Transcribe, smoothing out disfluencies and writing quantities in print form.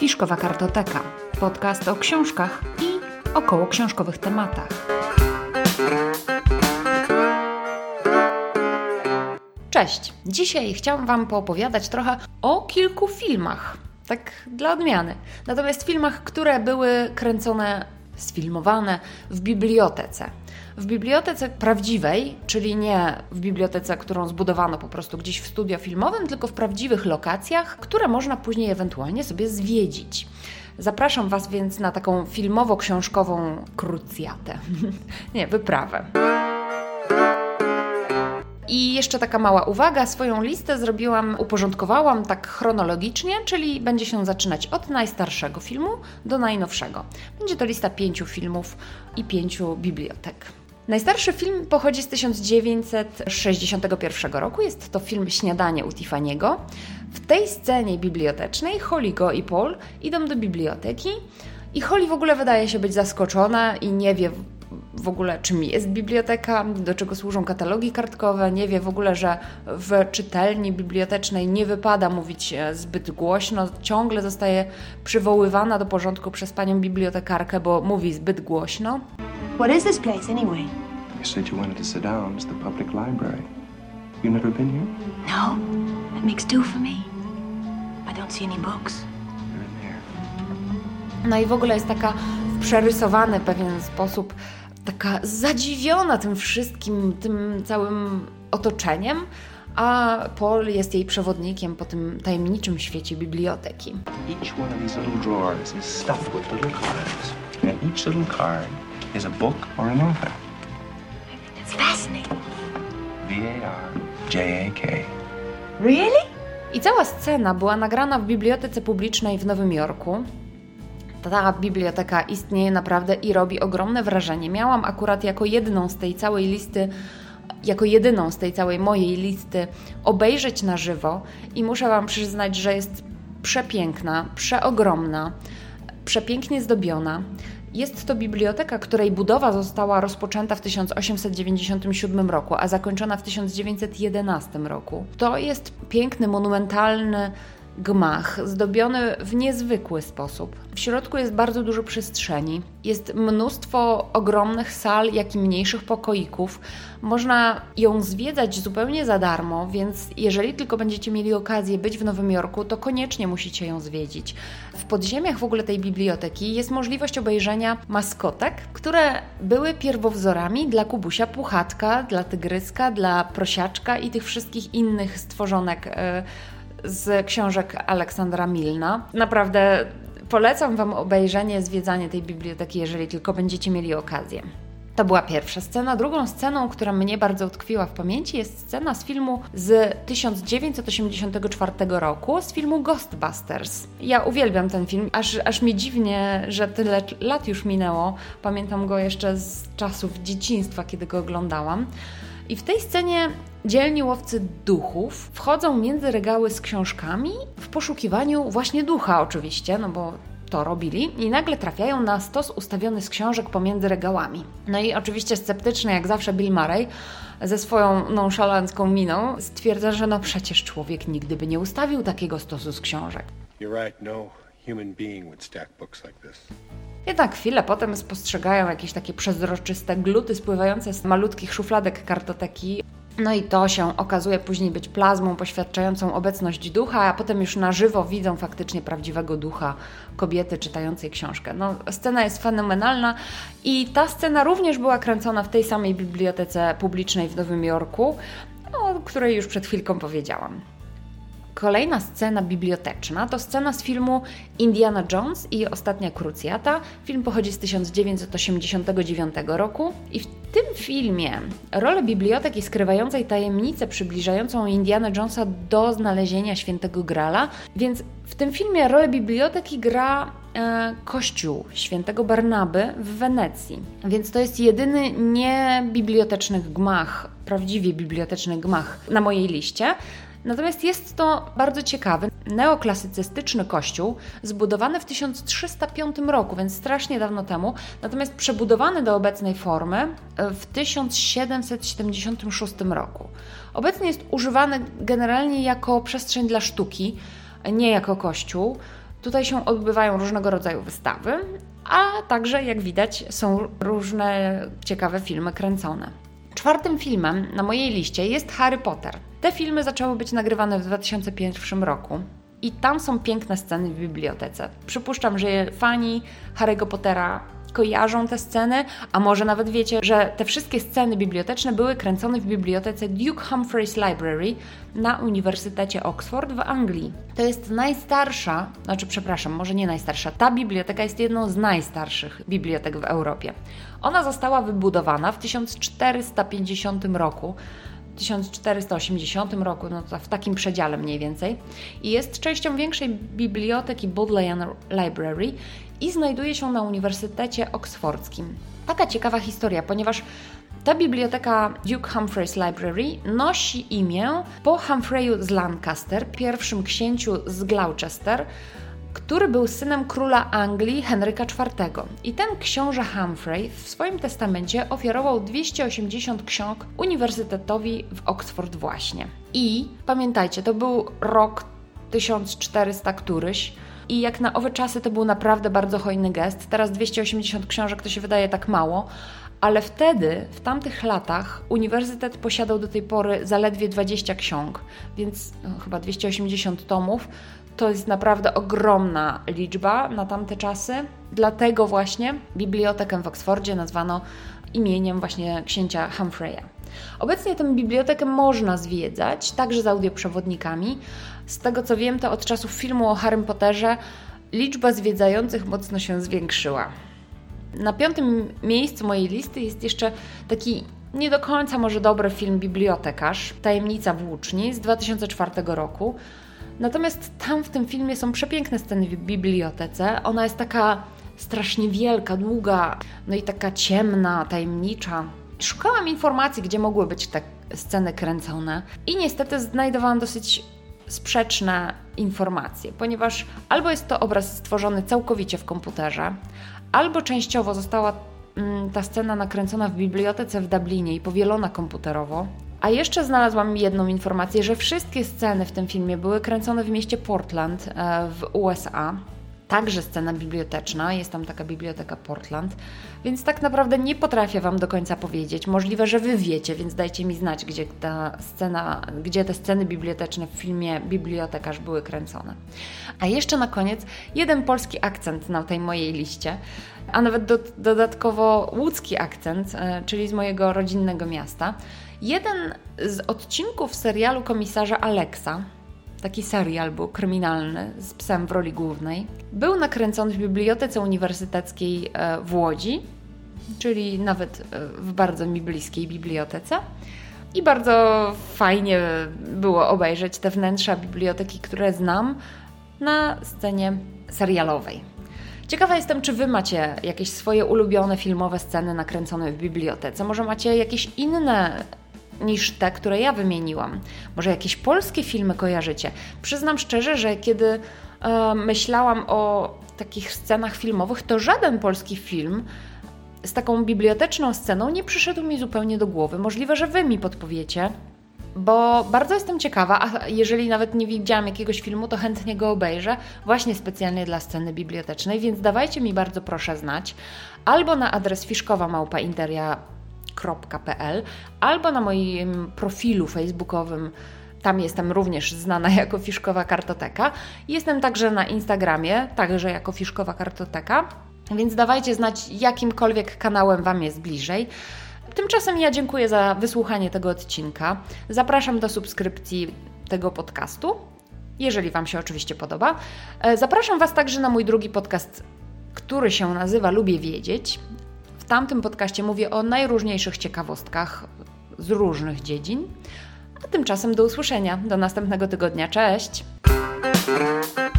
Fiszkowa Kartoteka. Podcast o książkach i około książkowych tematach. Cześć! Dzisiaj chciałam Wam poopowiadać trochę o kilku filmach. Tak dla odmiany. Natomiast filmach, które były kręcone, sfilmowane w bibliotece. W bibliotece prawdziwej, czyli nie w bibliotece, którą zbudowano po prostu gdzieś w studio filmowym, tylko w prawdziwych lokacjach, które można później ewentualnie sobie zwiedzić. Zapraszam Was więc na taką filmowo-książkową krucjatę. Nie, wyprawę. I jeszcze taka mała uwaga, swoją listę uporządkowałam tak chronologicznie, czyli będzie się zaczynać od najstarszego filmu do najnowszego. Będzie to lista 5 filmów i 5 bibliotek. Najstarszy film pochodzi z 1961 roku, jest to film Śniadanie u Tiffany'ego. W tej scenie bibliotecznej Holly i Paul idą do biblioteki i Holly w ogóle wydaje się być zaskoczona i nie wie w ogóle, czym jest biblioteka, do czego służą katalogi kartkowe, nie wie w ogóle, że w czytelni bibliotecznej nie wypada mówić zbyt głośno, ciągle zostaje przywoływana do porządku przez panią bibliotekarkę, bo mówi zbyt głośno. What is this place anyway? You said you wanted to sit down. It's the public library. You never been here? No, that makes two for me. I don't see any books. You're in here. No i w ogóle jest taka w przerysowany pewien sposób, taka zadziwiona tym wszystkim, tym całym otoczeniem, a Paul jest jej przewodnikiem po tym tajemniczym świecie biblioteki. Each one of these little drawers is stuffed with little cards. And each little card is a book or an author. It's fascinating. V-A-R-J-A-K. Really? I cała scena była nagrana w bibliotece publicznej w Nowym Jorku. Ta biblioteka istnieje naprawdę i robi ogromne wrażenie. Miałam akurat jako jedyną z tej całej mojej listy obejrzeć na żywo i muszę Wam przyznać, że jest przepiękna, przeogromna, przepięknie zdobiona. Jest to biblioteka, której budowa została rozpoczęta w 1897 roku, a zakończona w 1911 roku. To jest piękny, monumentalny gmach, zdobiony w niezwykły sposób. W środku jest bardzo dużo przestrzeni, jest mnóstwo ogromnych sal, jak i mniejszych pokoików. Można ją zwiedzać zupełnie za darmo, więc jeżeli tylko będziecie mieli okazję być w Nowym Jorku, to koniecznie musicie ją zwiedzić. W podziemiach w ogóle tej biblioteki jest możliwość obejrzenia maskotek, które były pierwowzorami dla Kubusia Puchatka, dla Tygryska, dla Prosiaczka i tych wszystkich innych stworzonek z książek Aleksandra Milna. Naprawdę polecam Wam obejrzenie, zwiedzanie tej biblioteki, jeżeli tylko będziecie mieli okazję. To była pierwsza scena. Drugą sceną, która mnie bardzo utkwiła w pamięci, jest scena z filmu z 1984 roku, z filmu Ghostbusters. Ja uwielbiam ten film, aż mi dziwnie, że tyle lat już minęło. Pamiętam go jeszcze z czasów dzieciństwa, kiedy go oglądałam. I w tej scenie dzielni łowcy duchów wchodzą między regały z książkami w poszukiwaniu właśnie ducha oczywiście, no bo to robili i nagle trafiają na stos ustawiony z książek pomiędzy regałami. No i oczywiście sceptyczny jak zawsze Bill Murray ze swoją nonszalancką miną stwierdza, że no przecież człowiek nigdy by nie ustawił takiego stosu z książek. You're right, no human being would stack books like this. Jednak chwilę potem spostrzegają jakieś takie przezroczyste gluty spływające z malutkich szufladek kartoteki. No i to się okazuje później być plazmą poświadczającą obecność ducha, a potem już na żywo widzą faktycznie prawdziwego ducha kobiety czytającej książkę. No, scena jest fenomenalna i ta scena również była kręcona w tej samej bibliotece publicznej w Nowym Jorku, o której już przed chwilką powiedziałam. Kolejna scena biblioteczna to scena z filmu Indiana Jones i Ostatnia Krucjata. Film pochodzi z 1989 roku i w tym filmie rolę biblioteki skrywającej tajemnicę przybliżającą Indiana Jonesa do znalezienia Świętego Grala, więc w tym filmie rolę biblioteki gra kościół Świętego Barnaby w Wenecji. Więc to jest jedyny niebiblioteczny gmach, prawdziwie biblioteczny gmach na mojej liście. Natomiast jest to bardzo ciekawy, neoklasycystyczny kościół, zbudowany w 1305 roku, więc strasznie dawno temu, natomiast przebudowany do obecnej formy w 1776 roku. Obecnie jest używany generalnie jako przestrzeń dla sztuki, nie jako kościół. Tutaj się odbywają różnego rodzaju wystawy, a także, jak widać, są różne ciekawe filmy kręcone. 4. filmem na mojej liście jest Harry Potter. Te filmy zaczęły być nagrywane w 2001 roku i tam są piękne sceny w bibliotece. Przypuszczam, że fani Harry'ego Pottera kojarzą te sceny, a może nawet wiecie, że te wszystkie sceny biblioteczne były kręcone w bibliotece Duke Humphreys Library na Uniwersytecie Oxford w Anglii. To jest najstarsza, może nie najstarsza, ta biblioteka jest jedną z najstarszych bibliotek w Europie. Ona została wybudowana w 1450 roku, 1480 roku, no to w takim przedziale mniej więcej, i jest częścią większej biblioteki Bodleian Library i znajduje się na Uniwersytecie Oksfordzkim. Taka ciekawa historia, ponieważ ta biblioteka Duke Humphreys Library nosi imię po Humphrey'u z Lancaster, pierwszym księciu z Gloucester, który był synem króla Anglii Henryka IV. I ten książę Humphrey w swoim testamencie ofiarował 280 ksiąg Uniwersytetowi w Oxford właśnie. I pamiętajcie, to był rok 1400 któryś i jak na owe czasy to był naprawdę bardzo hojny gest. Teraz 280 książek to się wydaje tak mało, ale wtedy, w tamtych latach, uniwersytet posiadał do tej pory zaledwie 20 ksiąg, więc chyba 280 tomów. To jest naprawdę ogromna liczba na tamte czasy. Dlatego właśnie bibliotekę w Oksfordzie nazwano imieniem właśnie księcia Humphrey'a. Obecnie tę bibliotekę można zwiedzać, także z audioprzewodnikami. Z tego co wiem, to od czasów filmu o Harrym Potterze liczba zwiedzających mocno się zwiększyła. Na 5. miejscu mojej listy jest jeszcze taki nie do końca może dobry film Bibliotekarz, Tajemnica włóczni z 2004 roku. Natomiast tam w tym filmie są przepiękne sceny w bibliotece. Ona jest taka strasznie wielka, długa, no i taka ciemna, tajemnicza. Szukałam informacji, gdzie mogły być te sceny kręcone i niestety znajdowałam dosyć sprzeczne informacje, ponieważ albo jest to obraz stworzony całkowicie w komputerze, albo częściowo została ta scena nakręcona w bibliotece w Dublinie i powielona komputerowo. A jeszcze znalazłam jedną informację, że wszystkie sceny w tym filmie były kręcone w mieście Portland w USA. Także scena biblioteczna, jest tam taka biblioteka Portland, więc tak naprawdę nie potrafię Wam do końca powiedzieć. Możliwe, że Wy wiecie, więc dajcie mi znać, gdzie te sceny biblioteczne w filmie Bibliotekarz były kręcone. A jeszcze na koniec jeden polski akcent na tej mojej liście, a nawet dodatkowo łódzki akcent, czyli z mojego rodzinnego miasta. Jeden z odcinków serialu Komisarza Alexa, taki serial był kryminalny z psem w roli głównej, był nakręcony w Bibliotece Uniwersyteckiej w Łodzi, czyli nawet w bardzo mi bliskiej bibliotece. I bardzo fajnie było obejrzeć te wnętrza biblioteki, które znam, na scenie serialowej. Ciekawa jestem, czy Wy macie jakieś swoje ulubione filmowe sceny nakręcone w bibliotece. Może macie jakieś inne niż te, które ja wymieniłam. Może jakieś polskie filmy kojarzycie. Przyznam szczerze, że kiedy myślałam o takich scenach filmowych, to żaden polski film z taką biblioteczną sceną nie przyszedł mi zupełnie do głowy. Możliwe, że Wy mi podpowiecie, bo bardzo jestem ciekawa, a jeżeli nawet nie widziałam jakiegoś filmu, to chętnie go obejrzę, właśnie specjalnie dla sceny bibliotecznej, więc dawajcie mi bardzo proszę znać, albo na adres fiszkowa@interia.pl, albo na moim profilu facebookowym, tam jestem również znana jako Fiszkowa Kartoteka. Jestem także na Instagramie, także jako Fiszkowa Kartoteka, więc dawajcie znać, jakimkolwiek kanałem Wam jest bliżej. Tymczasem ja dziękuję za wysłuchanie tego odcinka. Zapraszam do subskrypcji tego podcastu, jeżeli Wam się oczywiście podoba. Zapraszam Was także na mój drugi podcast, który się nazywa Lubię Wiedzieć. W tamtym podcaście mówię o najróżniejszych ciekawostkach z różnych dziedzin. A tymczasem do usłyszenia. Do następnego tygodnia. Cześć!